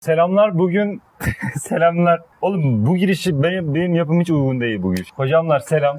Selamlar bugün selamlar. Oğlum bu girişi benim yapım hiç uygun değil bu giriş. Hocamlar selam.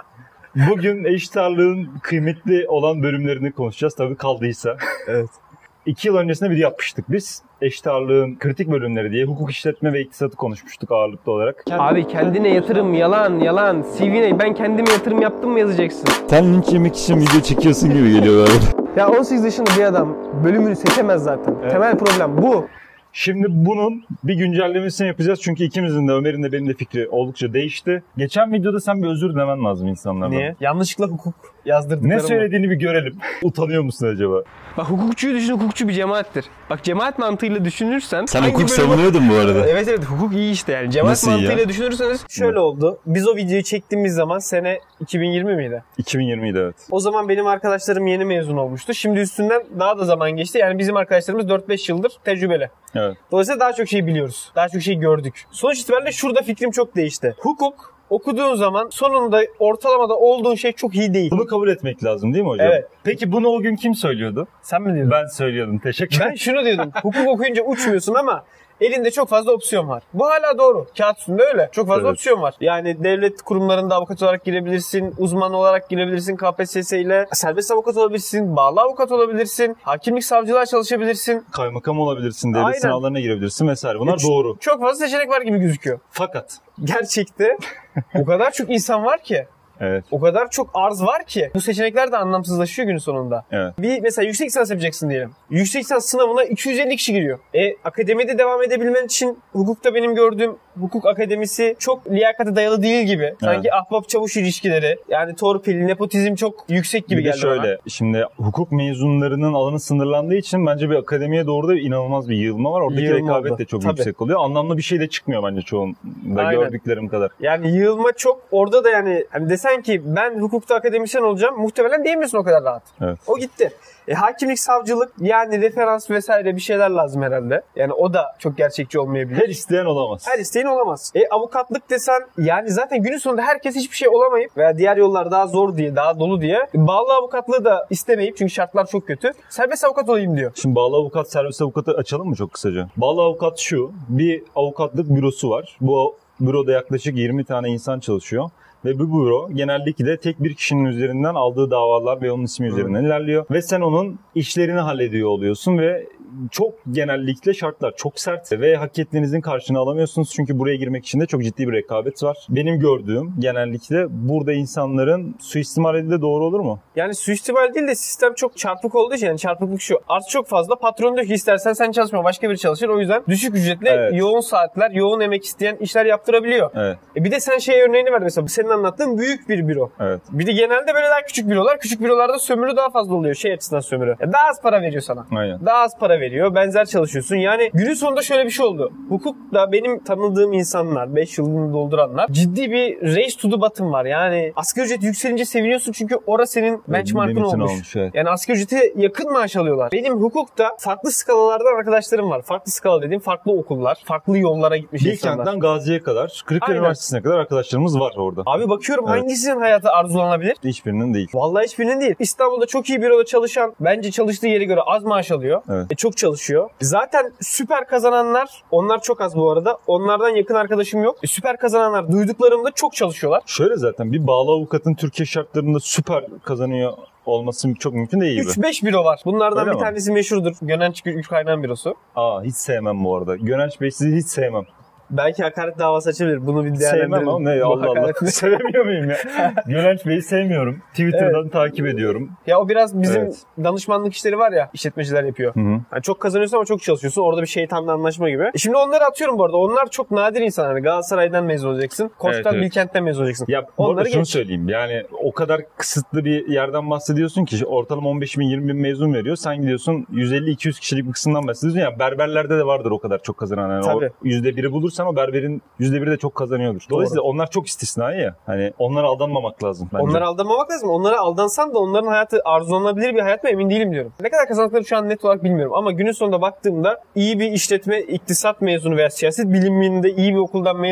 Bugün eşit ağırlığın kıymetli olan bölümlerini konuşacağız tabii kaldıysa. Evet. 2 yıl öncesinde video yapmıştık biz. Eşit ağırlığın kritik bölümleri diye hukuk işletme ve iktisatı konuşmuştuk ağırlıklı olarak. Abi kendine yatırım yalan. CV'ne ben kendime yatırım yaptım mı yazacaksın. Sen linç yemek için video çekiyorsun gibi geliyor galiba. Ya 18 yaşında bir adam bölümünü seçemez zaten. Evet. Temel problem bu. Şimdi bunun bir güncellemesini yapacağız çünkü ikimizin de Ömer'in de benim de fikri oldukça değişti. Geçen videoda sen bir özür dilemen lazım insanlardan. Niye? Yanlışlıkla hukuk yazdırdıklarım. Ne söylediğini bir görelim. Utanıyor musun acaba? Bak hukukçuyu düşün, hukukçu bir cemaattir. Bak cemaat mantığıyla düşünürsen... Sen hukuk savunuyordun bu arada. Evet hukuk iyi işte yani. Cemaat Nasıl mantığıyla ya? düşünürseniz şöyle oldu. Biz o videoyu çektiğimiz zaman sene 2020 miydi? 2020'de evet. O zaman benim arkadaşlarım yeni mezun olmuştu. Şimdi üstünden daha da zaman geçti. Yani bizim arkadaşlarımız 4-5 yıldır tecrübeli. Evet. Dolayısıyla daha çok şey biliyoruz. Daha çok şey gördük. Sonuç itibariyle şurada fikrim çok değişti. Hukuk okuduğun zaman sonunda ortalamada olduğun şey çok iyi değil. Bunu kabul etmek lazım değil mi hocam? Evet. Peki bunu o gün kim söylüyordu? Sen mi diyordun? Ben söylüyordum. Teşekkür ederim. Ben şunu diyordum. Hukuk okuyunca uçmuyorsun ama elinde çok fazla opsiyon var. Bu hala doğru. Kağıt üstünde öyle. Çok fazla Evet. opsiyon var. Yani devlet kurumlarında avukat olarak girebilirsin, uzman olarak girebilirsin KPSS ile, serbest avukat olabilirsin, bağlı avukat olabilirsin, hakimlik savcılığa çalışabilirsin. Kaymakam olabilirsin, devlet Aynen. sınavlarına girebilirsin vesaire. Bunlar doğru. Çok fazla seçenek var gibi gözüküyor. Fakat Gerçekte o kadar çok insan var ki. evet. O kadar çok arz var ki bu seçenekler de anlamsızlaşıyor günün sonunda. Evet. Bir mesela yüksek lisans yapacaksın diyelim. Yüksek lisans sınavına 250 kişi giriyor. Akademide devam edebilmen için hukukta benim gördüğüm hukuk akademisi çok liyakate dayalı değil gibi. Sanki ahbap çavuş ilişkileri, yani torpil, nepotizm çok yüksek gibi Bir de geldi şöyle, bana. şimdi hukuk mezunlarının alanı sınırlandığı için bence bir akademiye doğru da inanılmaz bir yığılma var. Oradaki Yığılma rekabet oldu. de çok Tabii. yüksek oluyor. Anlamlı bir şey de çıkmıyor bence çoğunda Aynen. gördüklerim kadar. Yani yığılma çok. Orada da yani hani desen ki ben hukukta akademisyen olacağım, muhtemelen diyemiyorsun o kadar rahat. Evet. O gitti. Hakimlik, savcılık, yani referans vesaire bir şeyler lazım herhalde. Yani o da çok gerçekçi olmayabilir. Her isteyen olamaz. Her isteğin olamaz. Avukatlık desen yani zaten günün sonunda herkes hiçbir şey olamayıp veya diğer yollar daha zor diye, daha dolu diye bağlı avukatlığı da istemeyip, çünkü şartlar çok kötü, serbest avukat olayım diyor. Şimdi bağlı avukat, serbest avukatı açalım mı çok kısaca? Bağlı avukat şu, bir avukatlık bürosu var. Bu büroda yaklaşık 20 tane insan çalışıyor. Ve bu büro genellikle tek bir kişinin üzerinden aldığı davalar ve onun ismi üzerinden ilerliyor. Ve sen onun işlerini hallediyor oluyorsun ve çok genellikle şartlar çok sert ve hak ettiğinizin karşılığını alamıyorsunuz. Çünkü buraya girmek için de çok ciddi bir rekabet var. Benim gördüğüm genellikle burada insanların suistimal edildiği doğru olur mu? Yani suistimal değil de sistem çok çarpık olduğu için, yani çarpıklık şu. Arz çok fazla. Patron diyor ki istersen sen çalışma, başka biri çalışır. O yüzden düşük ücretle Evet. yoğun saatler, yoğun emek isteyen işler yaptırabiliyor. Evet. Bir de sen şey örneğini ver mesela. Senin anlattığın büyük bir büro. Evet. Bir de genelde böyle daha küçük bürolar. Küçük bürolarda sömürü daha fazla oluyor. Şey açısından sömürü. Daha az para veriyor sana. Aynen. Daha az para veriyor. Benzer çalışıyorsun. Yani günün sonunda şöyle bir şey oldu. Hukukta benim tanıdığım insanlar, 5 yılını dolduranlar, ciddi bir race to the bottom var. Yani asgari ücret yükselince seviniyorsun çünkü orası senin benchmark'ın Limitin olmuş. evet. Yani asgari ücrete yakın maaş alıyorlar. Benim hukukta farklı skalalardan arkadaşlarım var. Farklı skala dediğim farklı okullar, farklı yollara gitmiş insanlar. Bilkent'ten Gazi'ye kadar, Kırıkkale Aynen. Üniversitesi'ne kadar arkadaşlarımız var orada. Abi bakıyorum Evet. hangisinin hayatı arzulanabilir? Hiçbirinin değil. Vallahi hiçbirinin değil. İstanbul'da çok iyi büroda çalışan, bence çalıştığı yere göre az maaş alıyor. Evet. Çok çalışıyor. Zaten süper kazananlar, onlar çok az bu arada. Onlardan yakın arkadaşım yok. Süper kazananlar duyduklarımda çok çalışıyorlar. Şöyle zaten bir bağlı avukatın Türkiye şartlarında süper kazanıyor olması çok mümkün değil gibi. 3-5 büro var. Bunlardan Öyle bir mi? tanesi meşhurdur. Gönenç Güç Kaynan bürosu. Hiç sevmem bu arada. Gönenç Bey sizi hiç sevmem. Belki hakaret davası açabilir. Bunu bir değerlendirelim. Sevmem ama ne Bu Allah Allah. hakaretini. Sevemiyor muyum ya? Gönenç Bey'i sevmiyorum. Twitter'dan takip ediyorum. Ya o biraz bizim Evet. danışmanlık işleri var ya, işletmeciler yapıyor. Hı. Yani çok kazanıyorsun ama çok çalışıyorsun. Orada bir şeytanla anlaşma gibi. Şimdi onları atıyorum bu arada. Onlar çok nadir insanlar. Yani Galatasaray'dan mezun olacaksın. Koç'tan, Evet. Bilkent'ten mezun olacaksın. Ya bu arada Onları şunu geç. söyleyeyim. Yani o kadar kısıtlı bir yerden bahsediyorsun ki ortalama 15 bin 20 bin mezun veriyor. Sen gidiyorsun 150-200 kişilik bir kısımdan bahsediyorsun. Yani berberlerde de vardır o kadar çok kazanan. Yani Tabii. o %1'i bulursan o berberin %1'i de çok kazanıyordur. Dolayısıyla onlar çok istisnai ya. Hani onlara aldanmamak lazım bence. Onlara aldanmamak lazım. Onlara aldansan da onların hayatı arzulanabilir bir hayat mı emin değilim diyorum. Ne kadar kazandıklarını şu an net olarak bilmiyorum. Ama günün sonunda baktığımda iyi bir işletme, iktisat mezunu veya siyaset biliminde iyi bir okuldan mezun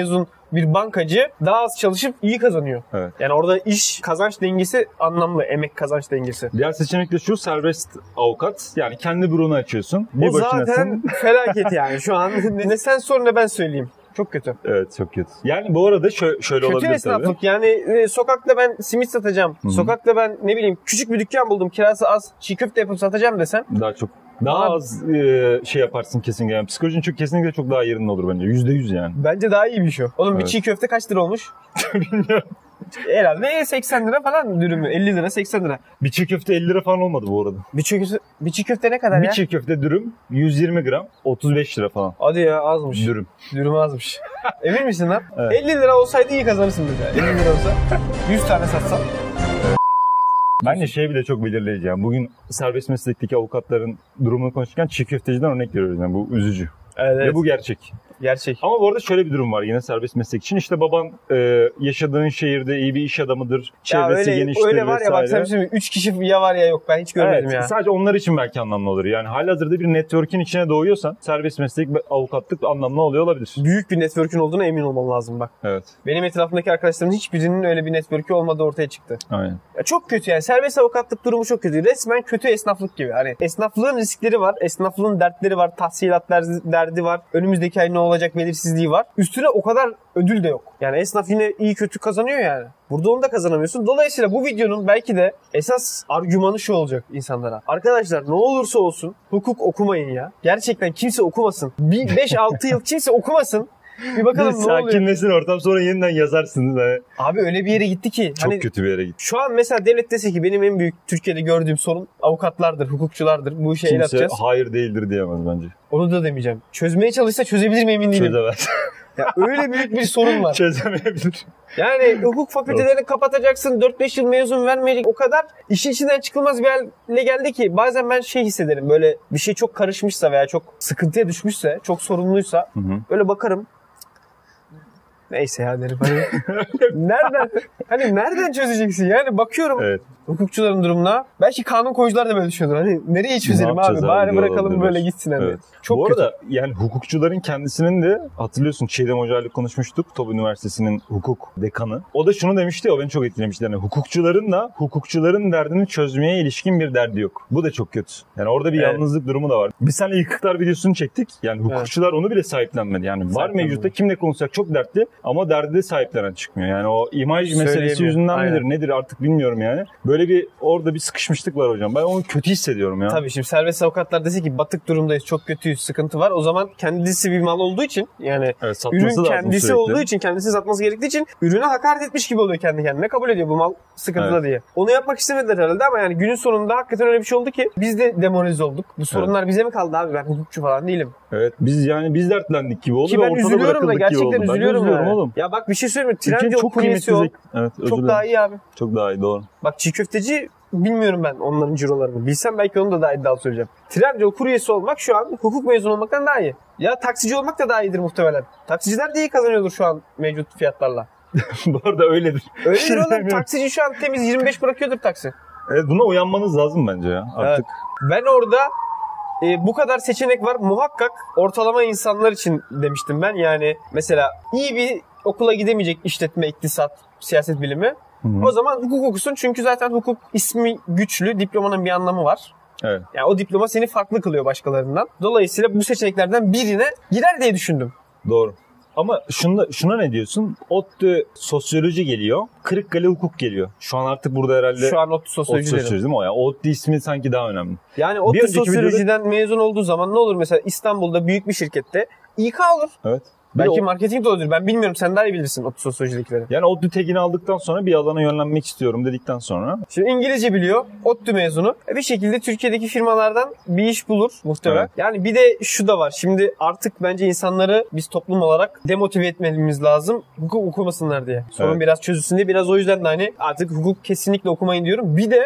bir bankacı daha az çalışıp iyi kazanıyor. Evet. Yani orada iş kazanç dengesi anlamlı. Emek kazanç dengesi. Diğer seçenek de şu, serbest avukat. Yani kendi büronu açıyorsun. O zaten felaket yani. Şu an ne sen sor ne ben söyleyeyim. Çok kötü. Evet, çok kötü. Yani bu arada şöyle kötü olabilir tabii. esnaflık. Yani sokakta ben simit satacağım. Hı-hı. Sokakta ben ne bileyim küçük bir dükkan buldum. Kirası az. Çiğ köfte yapıp satacağım desem. Daha az şey yaparsın kesinlikle. Yani psikolojin çok kesinlikle çok daha yerinde olur bence. %100 yani. Bence daha iyi bir şey. Oğlum Evet. bir çiğ köfte kaç lira olmuş? Bilmiyorum. Herhalde 80 lira falan dürümü. 50 lira 80 lira. Bir çiğ köfte 50 lira falan olmadı bu arada. Bir çiğ köfte ne kadar Bir ya? çiğ köfte dürüm 120 gram 35 lira falan. Hadi ya azmış. Dürüm. Dürüm azmış. Emin misin lan? Evet. 50 lira olsaydı iyi kazanırsın dedi. 50 lira olsa 100 tane satsan. Bence şey bile çok belirleyici yani. Bugün serbest meslekteki avukatların durumunu konuşurken çiğ köfteciden örnek veriyoruz yani. Bu üzücü. Evet. Ve bu gerçek. Gerçek. Ama bu arada şöyle bir durum var yine serbest meslek için. İşte baban yaşadığın şehirde iyi bir iş adamıdır. Çevresi geniştir öyle var ya bak vesaire. sen şimdi 3 kişi ya var ya yok ben hiç görmedim Evet, ya. sadece onlar için belki anlamlı olur. Yani halihazırda bir network'in içine doğuyorsan serbest meslek ve avukatlık anlamlı oluyor olabilir. Büyük bir network'ün olduğuna emin olman lazım bak. Evet. Benim etrafımdaki arkadaşlarımın hiçbirinin öyle bir network'ü olmadığı ortaya çıktı. Aynen. Ya çok kötü yani. Serbest avukatlık durumu çok kötü. Resmen kötü esnaflık gibi. Hani esnaflığın riskleri var. Esnaflığın dertleri var. Tahsilat derdi var. Önümüzdeki ay ne olacak belirsizliği var. Üstüne o kadar ödül de yok. Yani esnaf yine iyi kötü kazanıyor yani. Burada onu da kazanamıyorsun. Dolayısıyla bu videonun belki de esas argümanı şu olacak insanlara. Arkadaşlar ne olursa olsun hukuk okumayın ya. Gerçekten kimse okumasın. Bir 5-6 yıl kimse okumasın. Bir bakalım ne oluyor. Sakinleşsin ortam sonra yeniden yazarsınız. Yani. Abi öyle bir yere gitti ki. Çok kötü bir yere gitti. Şu an mesela devlet dese ki benim en büyük Türkiye'de gördüğüm sorun avukatlardır, hukukçulardır. Bu işe el Kimse atacağız. hayır değildir diyemez bence. Onu da demeyeceğim. Çözmeye çalışsa çözebilir mi emin değilim. Çözemez. Ya öyle büyük bir sorun var. Çözemeyebilir. Yani hukuk fakültelerini kapatacaksın, 4-5 yıl mezun vermeyecek. O kadar işin içinden çıkılmaz bir hale geldi ki bazen ben şey hissederim. Böyle bir şey çok karışmışsa veya çok sıkıntıya düşmüşse, çok sorumluysa öyle bakarım. Neyse ya derim. Nereden çözeceksin yani? Bakıyorum Evet. hukukçuların durumuna. Belki kanun koyucular da böyle düşünüyordur. Hani nereye çözelim Ne abi? yapacağız Bari abi? bırakalım Doğru, böyle doğru. gitsin hani. Evet. Çok Bu kötü. arada yani hukukçuların kendisinin de hatırlıyorsun Çiğdem Hoca'yla konuşmuştuk. TOB Üniversitesi'nin hukuk dekanı. O da şunu demişti ya, o beni çok etkilemişti. Yani hukukçuların derdini çözmeye ilişkin bir derdi yok. Bu da çok kötü. Yani orada bir Evet. yalnızlık durumu da var. Biz seninle yıkıklar videosunu çektik. Yani hukukçular onu bile sahiplenmedi. Yani var mevcutta kimle konuşacak çok dertli ama derdi de sahiplenen çıkmıyor. Yani o imaj meselesi yüzünden midir nedir artık bilmiyorum yani. Böyle bir orada bir sıkışmışlık var hocam. Ben onu kötü hissediyorum ya. Tabii şimdi serbest avukatlar dese ki batık durumdayız, çok kötüyüz, sıkıntı var. O zaman kendisi bir mal olduğu için yani Evet, ürün kendisi olduğu için, kendisi satması gerektiği için ürüne hakaret etmiş gibi oluyor kendi kendine. Kabul ediyor bu mal sıkıntıda diye. Onu yapmak istemediler herhalde ama yani günün sonunda hakikaten öyle bir şey oldu ki biz de demoralize olduk. Bu sorunlar bize mi kaldı abi? Ben hukukçu falan değilim. Evet biz dertlendik gibi oldu ki ve ben ortada üzülüyorum da bırakıldık gibi oldu. gerçekten üzülüyorum yani. Oğlum. Ya bak bir şey söyleyeyim mi? Türkiye'nin Trendyol çok kuryesi kıymetli ol. Evet, Çok daha iyi abi. Çok daha iyi, doğru. Bak çiğ köfteci bilmiyorum ben onların cirolarını. Bilsem belki onu da daha iddialı söyleyeceğim. Trendyol kuryesi olmak şu an hukuk mezunu olmaktan daha iyi. Ya taksici olmak da daha iyidir muhtemelen. Taksiciler de iyi kazanıyordur şu an mevcut fiyatlarla. Bu arada öyledir. Öyledir oğlum. Taksici şu an temiz 25 bırakıyordur taksi. Evet, buna uyanmanız lazım bence ya artık. Evet. Ben orada bu kadar seçenek var. Muhakkak ortalama insanlar için demiştim ben. Yani mesela iyi bir okula gidemeyecek işletme, iktisat, siyaset bilimi. Hı-hı. O zaman hukuk okusun. Çünkü zaten hukuk ismi güçlü. Diplomanın bir anlamı var. Evet. Yani o diploma seni farklı kılıyor başkalarından. Dolayısıyla bu seçeneklerden birine girer diye düşündüm. Doğru. Ama şuna ne diyorsun? ODTÜ sosyoloji geliyor. Kırıkkale hukuk geliyor. Şu an artık burada herhalde Şu an ODTÜ sosyoloji derim. değil mi o ya? ODTÜ ismi sanki daha önemli. Yani ODTÜ sosyolojiden mezun olduğu zaman ne olur mesela İstanbul'da büyük bir şirkette İK olur. Evet. Belki marketing de olabilir. Ben bilmiyorum. Sen daha iyi bilirsin ODTÜ sosyolojidekileri. Yani ODTÜ tegini aldıktan sonra bir alana yönlenmek istiyorum dedikten sonra. Şimdi İngilizce biliyor. ODTÜ mezunu. Bir şekilde Türkiye'deki firmalardan bir iş bulur muhtemelen. Evet. Yani bir de şu da var. Şimdi artık bence insanları biz toplum olarak demotive etmemiz lazım. Hukuk okumasınlar diye. Sorun biraz çözülsün diye. Biraz o yüzden de hani artık hukuk kesinlikle okumayın diyorum. Bir de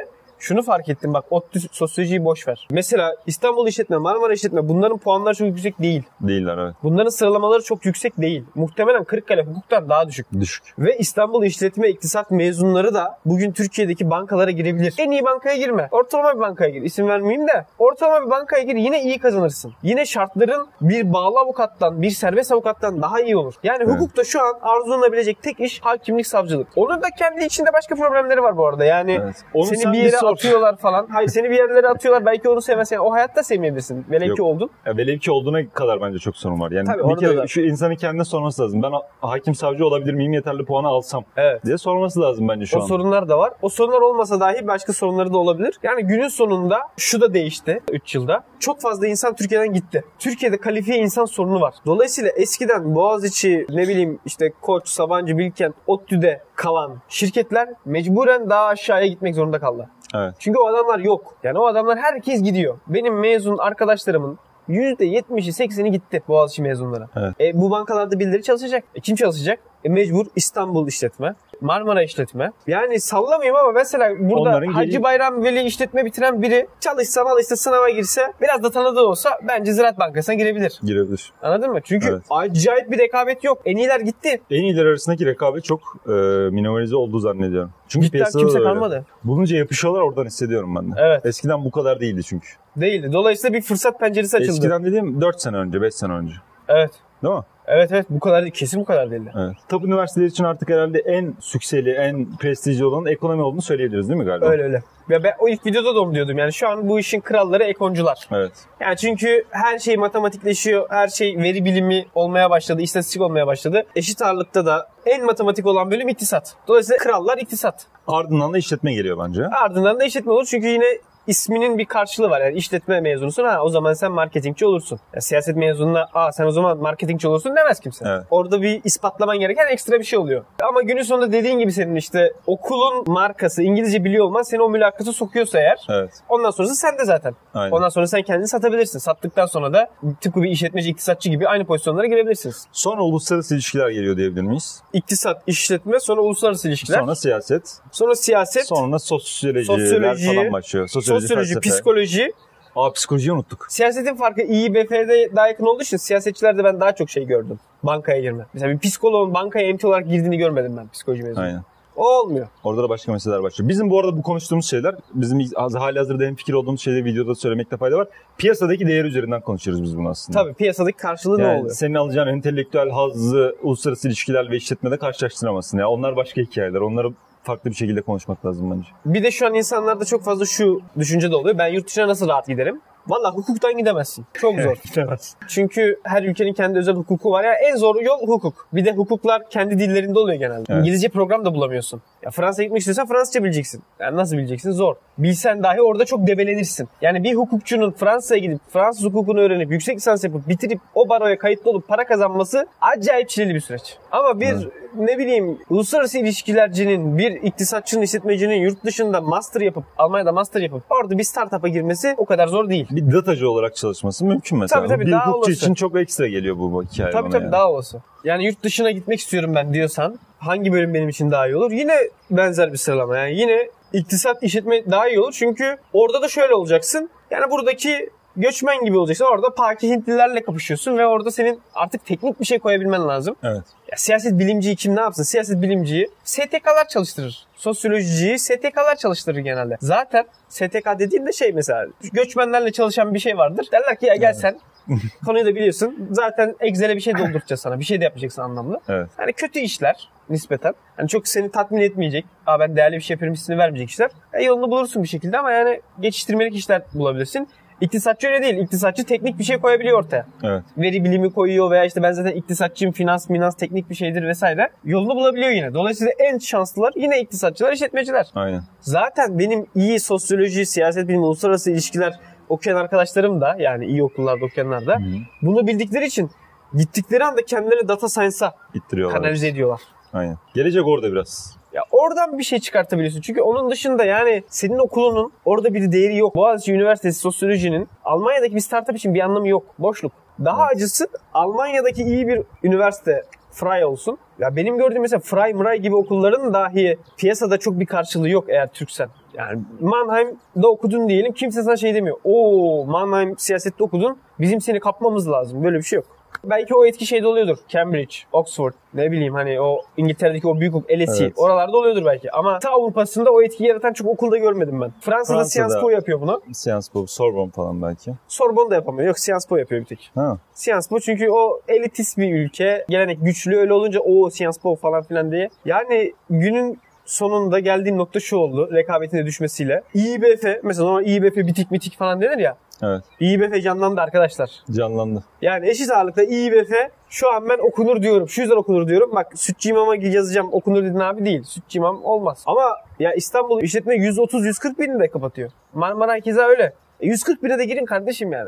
şunu fark ettim bak, ODTÜ sosyolojiyi boş ver. Mesela İstanbul İşletme, Marmara İşletme, bunların puanları çok yüksek değil. Değiller, evet. Bunların sıralamaları çok yüksek değil. Muhtemelen Kırıkkale hukuktan daha düşük. Düşük. Ve İstanbul İşletme İktisat mezunları da bugün Türkiye'deki bankalara girebilir. En iyi bankaya girme. Ortalama bir bankaya gir. İsim vermeyeyim de. Ortalama bir bankaya gir, yine iyi kazanırsın. Yine şartların bir bağlı avukattan, bir serbest avukattan daha iyi olur. Yani hukukta şu an arzulanabilecek tek iş hakimlik, savcılık. Onun da kendi içinde başka problemleri var bu arada. Yani seni bir yere atıyorlar falan. Hayır, seni bir yerlere atıyorlar. Belki onu sevmezsen. O hayatta sevmeyebilirsin. Velev ki oldun. Velev ki olduğuna kadar bence çok sorun var. Yani tabii, bir kere şu insanın kendine sorması lazım. Ben hakim savcı olabilir miyim, yeterli puanı alsam diye sorması lazım bence şu an. O sorunlar da var. O sorunlar olmasa dahi başka sorunları da olabilir. Yani günün sonunda şu da değişti 3 yılda. Çok fazla insan Türkiye'den gitti. Türkiye'de kalifiye insan sorunu var. Dolayısıyla eskiden Boğaziçi, ne bileyim işte Koç, Sabancı, Bilkent, ODTÜ'de kalan şirketler mecburen daha aşağıya gitmek zorunda kaldı. Evet. Çünkü o adamlar yok. Yani o adamlar, herkes gidiyor. Benim mezun arkadaşlarımın %70'i 80'i gitti Boğaziçi mezunları. Evet. Bu bankalarda birileri çalışacak. Kim çalışacak? Mecbur İstanbul İşletme, Marmara İşletme. Yani sallamayayım ama mesela burada onların Hacı Bayram Veli işletme bitiren biri çalışsa, sınava girse, biraz da tanıdığı olsa bence Ziraat Bankası'na girebilir. Girebilir. Anladın mı? Çünkü acayip bir rekabet yok. En iyiler gitti. En iyiler arasındaki rekabet çok minimalize olduğu zannediyorum. Çünkü piyasada kimse kalmadı. Bulunca yapışıyorlar, oradan hissediyorum ben de. Evet. Eskiden bu kadar değildi çünkü. Değildi. Dolayısıyla bir fırsat penceresi açıldı. Eskiden dediğim 4 sene önce, 5 sene önce. Evet. Değil mi? Evet, bu kadar değil. Kesin bu kadar değildi. Evet. Tıp üniversiteleri için artık herhalde en sükseli, en prestijli olan ekonomi olduğunu söyleyebiliriz değil mi galiba? Öyle. Ve ben o ilk videoda da onu diyordum. Yani şu an bu işin kralları ekoncular. Evet. Yani çünkü her şey matematikleşiyor. Her şey veri bilimi olmaya başladı. İstatistik olmaya başladı. Eşit ağırlıkta da en matematik olan bölüm iktisat. Dolayısıyla krallar iktisat. Ardından da işletme geliyor bence. Ardından da işletme olur. Çünkü yine isminin bir karşılığı var. Yani işletme mezunusun, o zaman sen marketingçi olursun. Yani siyaset mezununa sen o zaman marketingçi olursun demez kimse. Evet. Orada bir ispatlaman gereken ekstra bir şey oluyor. Ama günün sonunda dediğin gibi senin işte okulun markası, İngilizce biliyor olman seni o mülakata sokuyorsa eğer, ondan sonrası sende zaten. Aynen. Ondan sonra sen kendini satabilirsin. Sattıktan sonra da tıpkı bir işletmeci, iktisatçı gibi aynı pozisyonlara girebilirsiniz. Sonra uluslararası ilişkiler geliyor diyebilir miyiz? İktisat, işletme, sonra uluslararası ilişkiler. Sonra siyaset. Sonra sosyolojiler falan başlıyor. Sosyoloji, psikoloji. Psikolojiyi unuttuk. Siyasetin farkı İİBF'de daha yakın olduğu için siyasetçilerde ben daha çok şey gördüm. Bankaya girme. Mesela bir psikoloğun bankaya emti olarak girdiğini görmedim ben psikoloji mezunu. Aynen. O olmuyor. Orada da başka meseleler başlıyor. Bizim bu arada bu konuştuğumuz şeyler, bizim halihazırda hemfikir olduğumuz şeyleri videoda söylemekte fayda var. Piyasadaki değer üzerinden konuşuyoruz biz bunu aslında. Tabii, piyasadaki karşılığı yani ne oluyor? Senin alacağın entelektüel hazzı uluslararası ilişkiler ve işletmede karşılaştıramazsın. Ya onlar başka hikayeler. Onları farklı bir şekilde konuşmak lazım bence. Bir de şu an insanlarda çok fazla şu düşünce de oluyor. Ben yurt dışına nasıl rahat giderim? Valla hukuktan gidemezsin. Çok zor. Gidemezsin. Çünkü her ülkenin kendi özel hukuku var. Yani en zor yol hukuk. Bir de hukuklar kendi dillerinde oluyor genelde. Evet. İngilizce program da bulamıyorsun. Ya Fransa'ya gitmek istiyorsan Fransızca bileceksin. Yani nasıl bileceksin? Zor. Bilsen dahi orada çok debelenirsin. Yani bir hukukçunun Fransa'ya gidip Fransız hukukunu öğrenip yüksek lisans yapıp bitirip o baroya kayıtlı olup para kazanması acayip çileli bir süreç. Ama bir ne bileyim uluslararası ilişkilercinin, bir iktisatçının, işletmecinin yurt dışında master yapıp, Almanya'da master yapıp orada bir startup'a girmesi o kadar zor değil. Bir datacı olarak çalışması mümkün mesela. Tabii, bir daha hukukçu olası. için çok ekstra geliyor bu hikaye tabii, bana yani. Daha olası. Yani yurt dışına gitmek istiyorum ben diyorsan hangi bölüm benim için daha iyi olur? Yine benzer bir sıralama. Yani yine iktisat, işletme daha iyi olur. Çünkü orada da şöyle olacaksın. Yani buradaki göçmen gibi olacaksın. Orada Paki Hintlilerle kapışıyorsun ve orada senin artık teknik bir şey koyabilmen lazım. Evet. Ya siyaset bilimciyi kim ne yapsın? Siyaset bilimciyi STK'lar çalıştırır. Sosyolojiciyi STK'lar çalıştırır genelde. Zaten STK dediğinde şey mesela göçmenlerle çalışan bir şey vardır. Derler ki ya gel sen. Konuyu da biliyorsun. Zaten Excel'e bir şey dolduracağız sana. Bir şey de yapacaksın anlamlı. Evet. Yani kötü işler nispeten. Yani çok seni tatmin etmeyecek. Ben değerli bir şey yapıyorum hissini vermeyecek işler. Yolunu bulursun bir şekilde ama yani geçiştirmelik işler bulabilirsin. İktisatçı öyle değil. İktisatçı teknik bir şey koyabiliyor ortaya. Evet. Veri bilimi koyuyor veya işte ben zaten iktisatçıyım, finans teknik bir şeydir vesaire. Yolunu bulabiliyor yine. Dolayısıyla en şanslılar yine iktisatçılar, işletmeciler. Aynen. Zaten benim iyi sosyoloji, siyaset bilimi, uluslararası ilişkiler okuyan arkadaşlarım da, yani iyi okullarda okuyanlar da bunu bildikleri için gittikleri anda kendilerini data science'a kanalize ediyorlar. Aynen. Gelecek orada biraz. Ya oradan bir şey çıkartabiliyorsun. Çünkü onun dışında yani senin okulunun orada bir değeri yok. Boğaziçi Üniversitesi Sosyoloji'nin Almanya'daki bir startup için bir anlamı yok. Boşluk. Daha acısı Almanya'daki iyi bir üniversite Freie olsun. Ya benim gördüğüm mesela Fry Mray gibi okulların dahi piyasada çok bir karşılığı yok eğer Türksen. Yani Mannheim'da okudun diyelim, kimse sana şey demiyor. Oo, Mannheim siyasette okudun, bizim seni kapmamız lazım. Böyle bir şey yok. Belki o etki şeyde oluyordur. Cambridge, Oxford, ne bileyim hani o İngiltere'deki o büyük okul, LSE, Evet. oralarda oluyordur belki. Ama ta Avrupa'sında o etkiyi yaratan çok okulda görmedim ben. Fransa'da Sciences Po yapıyor bunu. Sciences Po, Sorbonne falan belki. Sorbonne da yapamıyor. Yok, Sciences Po yapıyor bir tek. Ha. Sciences Po çünkü o elitist bir ülke. Gelenek güçlü, öyle olunca o Sciences Po falan filan diye. Yani günün sonunda geldiğim nokta şu oldu. Rekabetin de düşmesiyle. İİBF, mesela normal İİBF bitik falan denir ya. Evet. İİBF canlandı arkadaşlar. Canlandı. Yani eşit ağırlıkta İİBF şu an ben okunur diyorum. Şu yüzden okunur diyorum. Bak Sütçü İmam'a yazacağım, okunur dedin abi, değil. Sütçü İmam olmaz. Ama ya İstanbul işletme 130-140 bini de kapatıyor. Marmara keza öyle. 140 bine de girin kardeşim yani.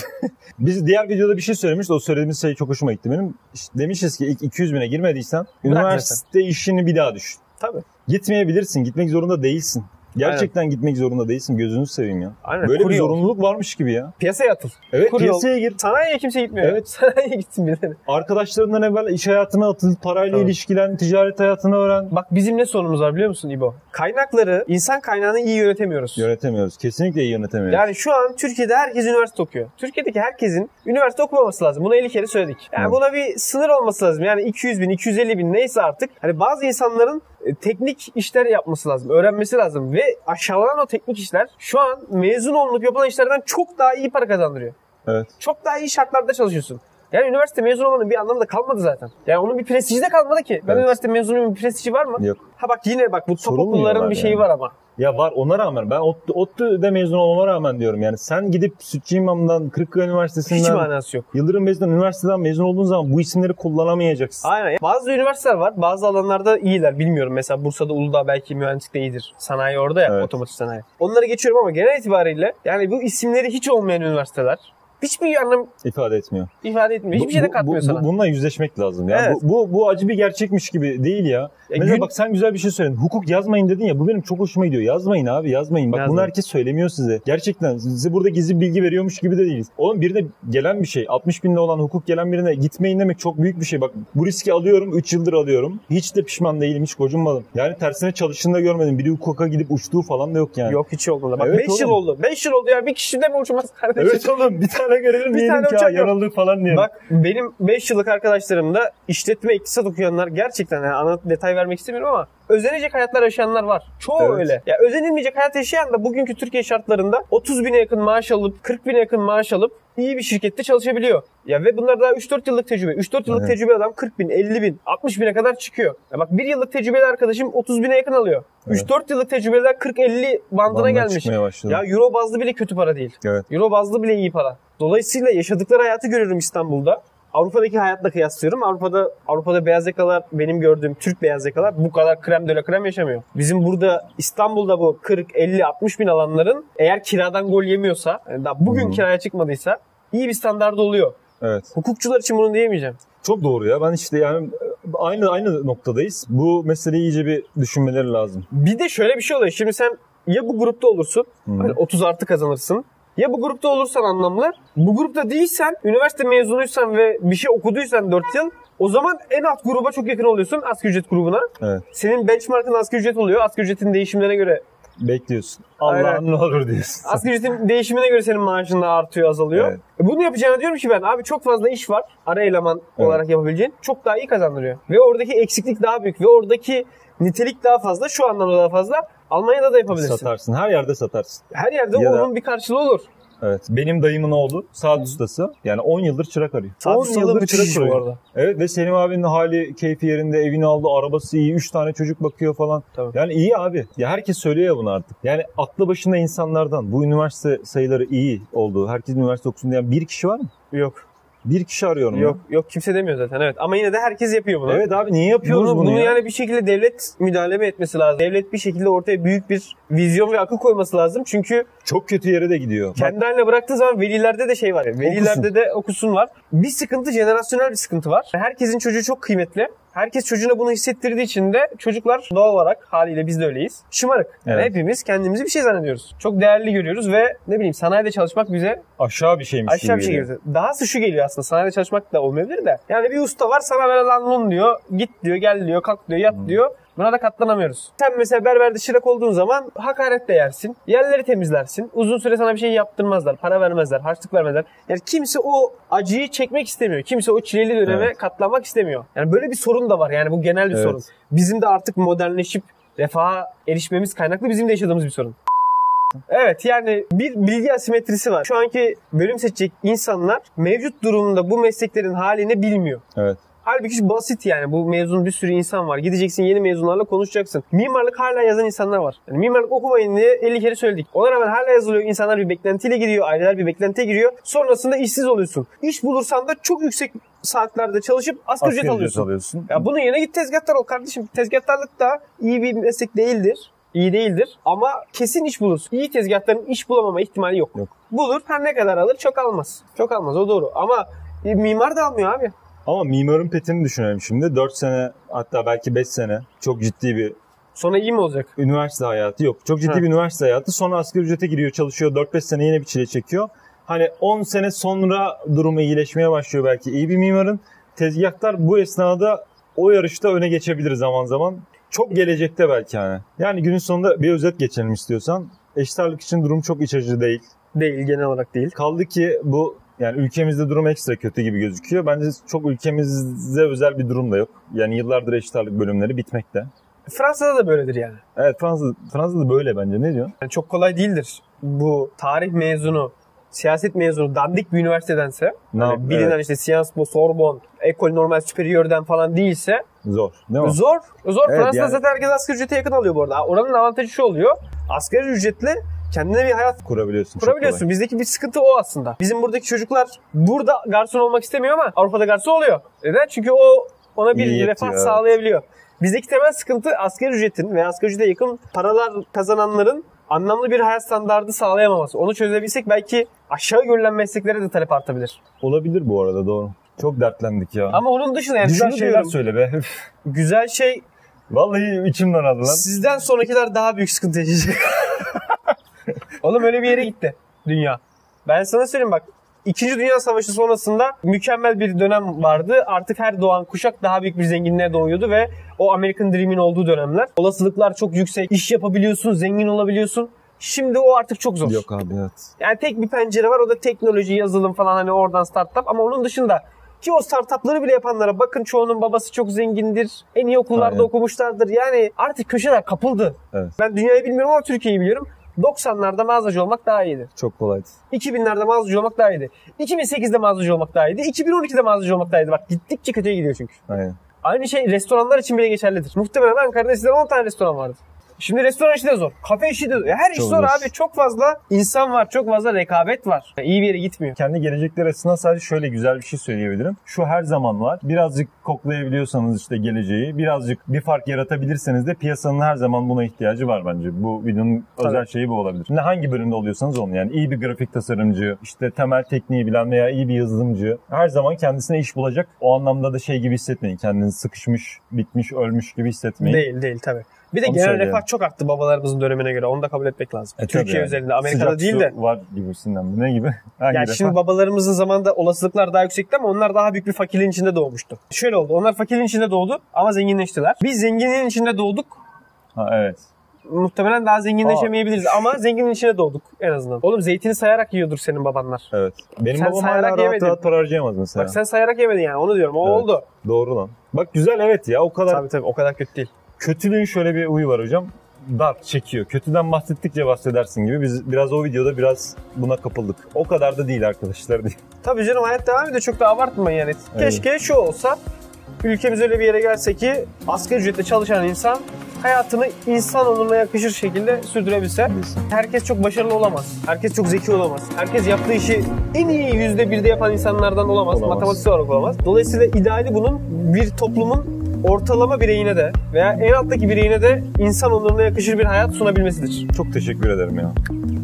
Biz diğer videoda bir şey söylemiştik. O söylediğimiz şey çok hoşuma gitti benim. İşte demişiz ki ilk 200 bine girmediysen üniversite işini bir daha düşün. Tabii. Gitmeyebilirsin. Gitmek zorunda değilsin. Gerçekten gitmek zorunda değilsin. Gözünü seveyim ya. Aynen. Böyle Kuru bir yol. zorunluluk varmış gibi ya. Piyasaya atıl. Evet, Kuru yol. piyasaya gir. Sanayiye kimse gitmiyor. Evet. Sanayiye gitsin birileri. Arkadaşlarından evvel iş hayatına atıl, parayla Evet. ilişkilen, ticaret hayatını öğren. Bak bizim ne sorunumuz var biliyor musun İbo? Kaynakları, insan kaynağını iyi yönetemiyoruz. Yönetemiyoruz. Kesinlikle iyi yönetemiyoruz. Yani şu an Türkiye'de herkes üniversite okuyor. Türkiye'deki herkesin üniversite okumaması lazım. Bunu 50 kere söyledik. Yani Evet. buna bir sınır olması lazım. Yani 200 bin, 250 bin neyse artık. Hani bazı insanların teknik işler yapması lazım. Öğrenmesi lazım. Ve aşağılanan o teknik işler şu an mezun olunup yapılan işlerden çok daha iyi para kazandırıyor. Evet. Çok daha iyi şartlarda çalışıyorsun. Yani üniversite mezun olmanın bir anlamı da kalmadı zaten. Yani onun bir prestiji de kalmadı ki. Ben Evet. üniversite mezunuyum, bir prestiji var mı? Yok. Ha bak yine bak bu top Sorulmuyorlar okulların bir şeyi yani. var ama. Ya var, ona rağmen ben ODTÜ'de mezun olmama rağmen diyorum yani sen gidip Sütçü İmam'dan, Kırıkkaya Hiç Üniversitesi'nden, manası yok. Yıldırım Beyazıt'tan, üniversiteden mezun olduğun zaman bu isimleri kullanamayacaksın. Aynen. Bazı üniversiteler var. Bazı alanlarda iyiler. Bilmiyorum. Mesela Bursa'da, Uludağ belki mühendislikte iyidir. Sanayi orada ya. Evet. Otomotiv sanayi. Onları geçiyorum ama genel itibariyle yani bu isimleri hiç olmayan üniversiteler hiçbir anlam İfade etmiyor. ifade etmiyor. Hiçbir şey de katmıyor sana. Bununla yüzleşmek lazım. Ya. Evet. Bu acı bir gerçekmiş gibi değil ya. Mesela bak sen güzel bir şey söyledin. Hukuk yazmayın dedin ya, bu benim çok hoşuma gidiyor. Yazmayın abi, yazmayın. Bak bunu Yazmayın. herkes söylemiyor size. Gerçekten size burada gizli bilgi veriyormuş gibi de değiliz. Oğlum birine gelen bir şey, 60 binde olan hukuk gelen birine gitmeyin demek çok büyük bir şey. Bak bu riski alıyorum, 3 yıldır alıyorum. Hiç de pişman değilim, hiç gocunmadım. Yani tersine çalıştığını da görmedim. Biri hukuka gidip uçtuğu falan da yok yani. Yok hiç olmadı. Bak Evet 5 yıl oğlum. oldu. 5 yıl oldu ya. Bir kişi de mi uçmaz kardeşim? Evet oğlum, bir tane görelim Bir diyelim tane ki uçak yok. yanıldık falan diyelim. Bak benim 5 yıllık arkadaşlarım da işletme, iktisat okuyanlar, gerçekten yani ana detay vermek istemiyorum ama özenecek hayatlar yaşayanlar var. Çoğu Evet. öyle. Ya özenilmeyecek hayat yaşayan da bugünkü Türkiye şartlarında 30 bine yakın maaş alıp 40 bine yakın maaş alıp iyi bir şirkette çalışabiliyor. Ya ve bunlar daha 3-4 yıllık tecrübe. 3-4 yıllık Evet. tecrübe adam 40 bin, 50 bin, 60 bine kadar çıkıyor. Ya bak 1 yıllık tecrübeli arkadaşım 30 bine yakın alıyor. Evet. 3-4 yıllık tecrübeler 40-50 bandına Bandan gelmiş. çıkmaya başladı. Ya euro bazlı bile kötü para değil. Evet. Euro bazlı bile iyi para. Dolayısıyla yaşadıkları hayatı görüyorum İstanbul'da. Avrupa'daki hayatla kıyaslıyorum. Avrupa'da beyaz yakalar, benim gördüğüm Türk beyaz yakalar bu kadar krem de la krem yaşamıyor. Bizim burada İstanbul'da bu 40, 50, 60 bin alanların eğer kiradan gol yemiyorsa, yani daha bugün kiraya çıkmadıysa iyi bir standardı oluyor. Evet. Hukukçular için bunu diyemeyeceğim. Çok doğru ya. Ben işte yani aynı noktadayız. Bu meseleyi iyice bir düşünmeleri lazım. Bir de şöyle bir şey oluyor. Şimdi sen ya bu grupta olursun, hani 30 artı kazanırsın. Ya bu grupta olursan anlamlı. Bu grupta değilsen, üniversite mezunuysan ve bir şey okuduysan 4 yıl, o zaman en alt gruba çok yakın oluyorsun, asgari ücret grubuna. Evet. Senin benchmark'ın asgari ücret oluyor. Asgari ücretin değişimlerine göre, Bekliyorsun. Aynen. Allah'ım ne olur diyorsun. asgari ücretin değişimine göre senin maaşın da artıyor, azalıyor. Evet. Bunu yapacağına diyorum ki ben, abi çok fazla iş var. Ara eleman Evet. olarak yapabileceğin. Çok daha iyi kazandırıyor. Ve oradaki eksiklik daha büyük. Ve oradaki nitelik daha fazla. Şu anlamda daha fazla. Almanya'da da yapabilirsin. Satarsın. Her yerde satarsın. Her yerde Ya da- onun bir karşılığı olur. Evet. Benim dayımın oğlu saat ustası. Yani 10 yıldır çırak arıyor. Saat 10 ustalığı yıldır müthiş çırak bu arıyor. arada. Evet ve Selim abinin hali keyfi yerinde, evini aldı, arabası iyi, 3 tane çocuk bakıyor falan. Tabii. Yani iyi abi. Ya herkes söylüyor ya bunu artık. Yani aklı başında insanlardan bu üniversite sayıları iyi olduğu, herkes üniversite okusun diyen bir kişi var mı? Yok. Bir kişi arıyorum. Yok kimse demiyor zaten, evet. Ama yine de herkes yapıyor bunu. Evet abi niye yapıyoruz bunu ya? Yani bir şekilde devlet müdahale mi etmesi lazım? Devlet bir şekilde ortaya büyük bir vizyon ve akıl koyması lazım. Çünkü Çok kötü yere de gidiyor. kendi haline bıraktığı zaman velilerde de şey var. Ya, velilerde de okusun var. Bir sıkıntı, jenerasyonel bir sıkıntı var. Herkesin çocuğu çok kıymetli. Herkes çocuğuna bunu hissettirdiği için de çocuklar doğal olarak, haliyle biz de öyleyiz, şımarık. Yani Evet. hepimiz kendimizi bir şey zannediyoruz. Çok değerli görüyoruz ve ne bileyim sanayide çalışmak bize Aşağı bir şeymiş aşağı bir şey geliyor. geliyor. Dahası şu geliyor aslında, sanayide çalışmak da olmayabilir de. Yani bir usta var, sana böyle lan diyor, git diyor, gel diyor, kalk diyor, yat diyor. Buna da katlanamıyoruz. Sen mesela berberde çırak olduğun zaman hakaret de yersin. Yerleri temizlersin. Uzun süre sana bir şey yaptırmazlar. Para vermezler. Harçlık vermezler. Yani kimse o acıyı çekmek istemiyor. Kimse o çileli döneme katlanmak istemiyor. Yani böyle bir sorun da var. Yani bu genel bir sorun. Bizim de artık modernleşip refaha erişmemiz kaynaklı bizim de yaşadığımız bir sorun. Evet, yani bir bilgi asimetrisi var. Şu anki bölüm seçecek insanlar mevcut durumda bu mesleklerin halini bilmiyor. Evet. Halbuki basit yani. Bu mezun bir sürü insan var. Gideceksin, yeni mezunlarla konuşacaksın. Mimarlık hala yazan insanlar var. Yani mimarlık okumayın diye 50 kere söyledik. Ona rağmen hala yazılıyor. İnsanlar bir beklentiyle giriyor. Aileler bir beklentiye giriyor. Sonrasında işsiz oluyorsun. İş bulursan da çok yüksek saatlerde çalışıp asgari ücret alıyorsun. Ya bunun yerine git tezgahtar ol kardeşim. Tezgahtarlık da iyi bir meslek değildir. İyi değildir ama kesin iş bulursun. İyi tezgahtarın iş bulamama ihtimali yok. Bulur, her ne kadar alır, çok almaz. Çok almaz, o doğru. Ama mimar da almıyor abi. Ama mimarın petini düşünelim şimdi. 4 sene, hatta belki 5 sene çok ciddi bir Sonra iyi mi olacak? üniversite hayatı yok. Çok ciddi bir üniversite hayatı. Sonra asgari ücrete giriyor, çalışıyor. 4-5 sene yine bir çile çekiyor. Hani 10 sene sonra durumu iyileşmeye başlıyor belki iyi bir mimarın. Tezgahtar bu esnada o yarışta öne geçebilir zaman zaman. Çok gelecekte belki hani. Yani günün sonunda bir özet geçelim istiyorsan. Eşit ağırlık için durum çok iç açıcı değil. Değil, genel olarak değil. Kaldı ki bu, yani ülkemizde durum ekstra kötü gibi gözüküyor. Bence çok ülkemize özel bir durum da yok. Yani yıllardır eşit ağırlık bölümleri bitmekte. Fransa'da da böyledir yani. Evet, Fransa'da böyle bence. Ne diyorsun? Yani çok kolay değildir. Bu tarih mezunu, siyaset mezunu dandik bir üniversitedense, bilinen işte Sciences Po, Sorbonne, École Normale Supérieur'den falan değilse Zor, değil mi? Zor. Evet, Fransa'da yani zaten herkes asgari ücrete yakın alıyor bu arada. Oranın avantajı şu oluyor. Asgari ücretle kendine bir hayat kurabiliyorsun. Bizdeki bir sıkıntı o aslında. Bizim buradaki çocuklar burada garson olmak istemiyor ama Avrupa'da garson oluyor. Neden? Çünkü o ona bir İyi refah yetiyor, sağlayabiliyor. Bizdeki temel sıkıntı asgari ücretin ve asgari ücrete yakın paralar kazananların anlamlı bir hayat standardı sağlayamaması. Onu çözebilsek belki aşağı görülen mesleklere de talep artabilir. Olabilir bu arada, doğru. Çok dertlendik ya. Ama onun dışında yani güzel şunu şeyler diyorum. söyle be. Güzel şey, Vallahi içimden aldı lan. sizden sonrakiler daha büyük sıkıntı yaşayacak. Oğlum öyle bir yere gitti dünya. Ben sana söyleyeyim bak. 2. Dünya Savaşı sonrasında mükemmel bir dönem vardı. Artık her doğan kuşak daha büyük bir zenginliğe doğuyordu ve o American Dream'in olduğu dönemler. Olasılıklar çok yüksek. İş yapabiliyorsun, zengin olabiliyorsun. Şimdi o artık çok zor. Yok abi, evet. Yani tek bir pencere var, o da teknoloji, yazılım falan, hani oradan startup, ama onun dışında ki o startupları bile yapanlara bakın, çoğunun babası çok zengindir. En iyi okullarda Aynen. okumuşlardır. Yani artık köşeler kapıldı. Evet. Ben dünyayı bilmiyorum ama Türkiye'yi biliyorum. 90'larda mağazacı olmak daha iyiydi. Çok kolaydı. 2000'lerde mağazacı olmak daha iyiydi. 2008'de mağazacı olmak daha iyiydi. 2012'de mağazacı olmak daha iyiydi. Bak gittikçe kötüye gidiyor çünkü. Aynen. Aynı şey restoranlar için bile geçerlidir. Muhtemelen Ankara'da eskiden 10 tane restoran vardı. Şimdi restoran işi de zor. Kafe işi de zor. Her iş Çok zor zor. abi. Çok fazla insan var. Çok fazla rekabet var. İyi bir yere gitmiyor. Kendi gelecekleri açısından sadece şöyle güzel bir şey söyleyebilirim. Şu her zaman var. Birazcık koklayabiliyorsanız işte geleceği, birazcık bir fark yaratabilirseniz de piyasanın her zaman buna ihtiyacı var bence. Bu videonun özel şeyi bu olabilir. Şimdi hangi bölümde oluyorsanız olun, yani iyi bir grafik tasarımcı, işte temel tekniği bilen veya iyi bir yazılımcı her zaman kendisine iş bulacak. O anlamda da şey gibi hissetmeyin. Kendinizi sıkışmış, bitmiş, ölmüş gibi hissetmeyin. Değil tabii. Bir de Onu genel söyleyeyim. refah çok arttı babalarımızın dönemine göre. Onu da kabul etmek lazım. Türkiye yani. özelinde. Amerika'da Sıcak değil su de. var gibisinden. Ne gibi? Hangi Yani refah? şimdi babalarımızın zamanında olasılıklar daha yüksekti ama onlar daha büyük bir fakirliğin içinde doğmuştu. Şöyle oldu. Onlar fakirliğin içinde doğdu ama zenginleştiler. Biz zenginliğin içinde doğduk. Ha, evet. Muhtemelen daha zenginleşemeyebiliriz ama zenginin içine doğduk en azından. Oğlum zeytini sayarak yiyordur senin babanlar. Evet. Benim Sen babam sayarak hala yemedin. rahat para harcayamaz mesela. Bak sen sayarak yemedin yani, onu diyorum. O Evet. oldu. Doğru lan. Bak güzel, evet ya, o kadar. Tabii o kadar kötü değil. Kötülüğün şöyle bir huyu var hocam. Dar çekiyor. Kötüden bahsettikçe bahsedersin gibi. Biz biraz o videoda biraz buna kapıldık. O kadar da değil arkadaşlar değil. Tabii canım, hayat devam ediyor. Çok da abartmayın yani. Keşke şu olsa, ülkemiz öyle bir yere gelse ki asgari ücretle çalışan insan hayatını insan onuruna yakışır şekilde sürdürebilse. Herkes çok başarılı olamaz. Herkes çok zeki olamaz. Herkes yaptığı işi en iyi %1'de yapan insanlardan olamaz. Matematiksel olarak olamaz. Dolayısıyla ideali bunun bir toplumun ortalama bireyine de veya en alttaki bireyine de insan onuruna yakışır bir hayat sunabilmesidir. Çok teşekkür ederim ya.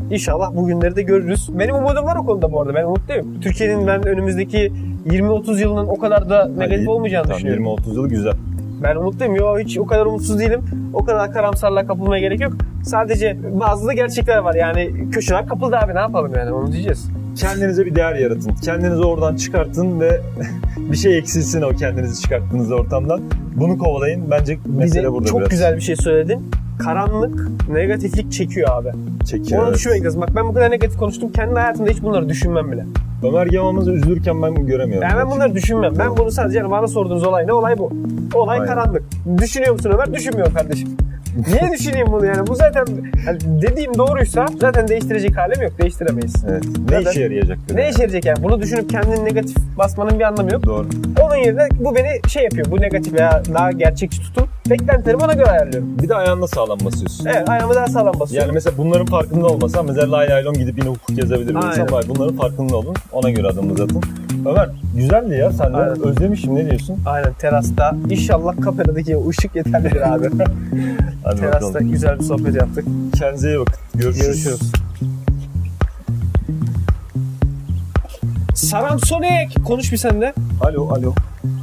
İnşallah bu günleri de görürüz. Benim umudum var o konuda bu arada. Ben umutluyum. Türkiye'nin ben önümüzdeki 20-30 yılının o kadar da negatif olmayacağını Tamam, düşünüyorum. 20-30 yıl güzel. Ben umutluyum. Yo, hiç o kadar umutsuz değilim. O kadar karamsarlığa kapılmaya gerek yok. Sadece bazı da gerçekler var. Yani köşeler kapıldı abi, ne yapalım yani, onu diyeceğiz. Kendinize bir değer yaratın. Kendinizi oradan çıkartın ve bir şey eksilsin o kendinizi çıkarttığınız ortamdan. Bunu kovalayın. Bence Bir mesele de burada çok biraz. güzel bir şey söyledin. Karanlık, negatiflik çekiyor abi. Çekiyor. Onu Evet. düşünmek lazım. Bak ben bu kadar negatif konuştum. Kendi hayatımda hiç bunları düşünmem bile. Ömer Yamamızı üzülürken ben göremiyorum. Yani ben bunları düşünmem. Ben bunu sadece, yani bana sorduğunuz olay ne? Olay bu. Olay Aynen. karanlık. Düşünüyor musun Ömer? Düşünmüyorum kardeşim. Niye düşüneyim bunu yani? Bu zaten yani dediğim doğruysa zaten değiştirecek halim yok. Değiştiremeyiz. Evet. Ne Zaten- işe yarayacak? Ne işe yarayacak yani? Bunu düşünüp kendini negatif basmanın bir anlamı yok. Doğru. Onun yerine bu beni şey yapıyor. Bu negatif veya daha gerçekçi tutun. Beklentilerimi ona göre ayarlıyorum. Bir de ayağında sağlam basıyorsun. Evet, ayağımı daha sağlam basıyorum. Yani mesela bunların farkında olmasam mesela lay lay lom gidip yine hukuk yazabilirim. Aynen. İnsan var. Bunların farkında olun. Ona göre adımınızı atın. Ömer güzeldi ya sen de. Aynen. Özlemişim, ne diyorsun? Aynen, terasta. İnşallah kameradaki ışık yeterlidir abi. Hadi Terasta bakalım. güzel bir sohbet yaptık. Kendinize iyi bakın. Görüşürüz. Görüşürüz. Saramsonek. Konuş bir sen de. Alo.